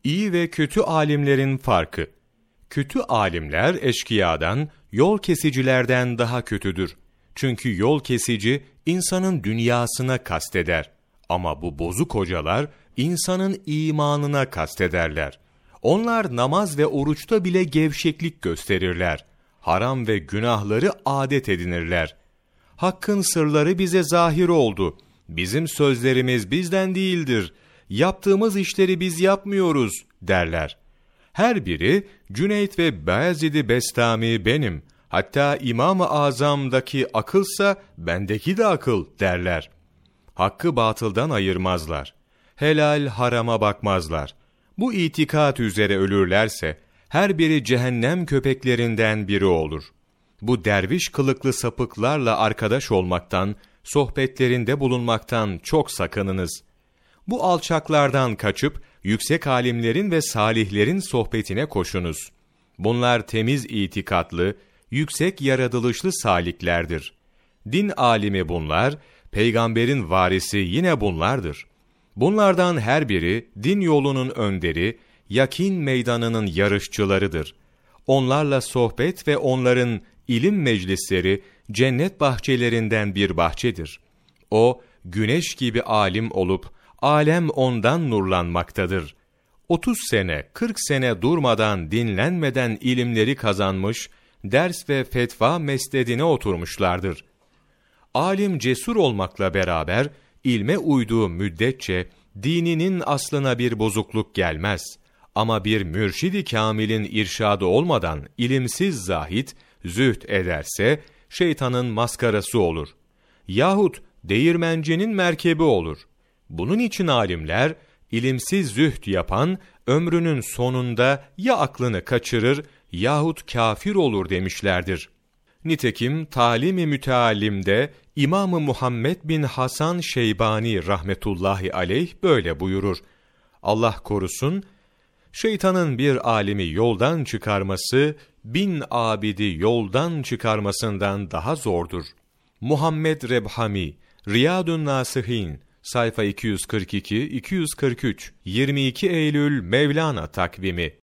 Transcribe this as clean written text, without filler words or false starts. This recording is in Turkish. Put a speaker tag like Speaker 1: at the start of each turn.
Speaker 1: İyi ve kötü alimlerin farkı. Kötü alimler eşkıyadan, yol kesicilerden daha kötüdür. Çünkü yol kesici insanın dünyasına kasteder. Ama bu bozuk hocalar insanın imanına kastederler. Onlar namaz ve oruçta bile gevşeklik gösterirler. Haram ve günahları adet edinirler. Hakkın sırları bize zahir oldu. Bizim sözlerimiz bizden değildir. Yaptığımız işleri biz yapmıyoruz derler. Her biri Cüneyt ve Bayezid-i Bestami benim. Hatta İmam-ı Azam'daki akılsa bendeki de akıl derler. Hakkı batıldan ayırmazlar. Helal harama bakmazlar. Bu itikat üzere ölürlerse her biri cehennem köpeklerinden biri olur. Bu derviş kılıklı sapıklarla arkadaş olmaktan, sohbetlerinde bulunmaktan çok sakınınız. Bu alçaklardan kaçıp yüksek alimlerin ve salihlerin sohbetine koşunuz. Bunlar temiz itikatlı, yüksek yaratılışlı saliklerdir. Din alimi bunlar, peygamberin varisi yine bunlardır. Bunlardan her biri din yolunun önderi, yakin meydanının yarışçılarıdır. Onlarla sohbet ve onların ilim meclisleri cennet bahçelerinden bir bahçedir. O, güneş gibi alim olup, alem ondan nurlanmaktadır. 30 sene, 40 sene durmadan, dinlenmeden ilimleri kazanmış, ders ve fetva mesnedine oturmuşlardır. Alim cesur olmakla beraber, ilme uyduğu müddetçe, dininin aslına bir bozukluk gelmez. Ama bir mürşid-i kamilin irşadı olmadan, ilimsiz zahit, zühd ederse, şeytanın maskarası olur. Yahut değirmencinin merkebi olur. Bunun için alimler, ilimsiz zühd yapan, ömrünün sonunda ya aklını kaçırır, yahut kafir olur demişlerdir. Nitekim talim-i müteallimde İmam-ı Muhammed bin Hasan Şeybani rahmetullahi aleyh böyle buyurur. Allah korusun, şeytanın bir alimi yoldan çıkarması, 1000 abidi yoldan çıkarmasından daha zordur. Muhammed Rebhami, Riyadun Nasihin, sayfa 242-243, 22 Eylül Mevlana takvimi.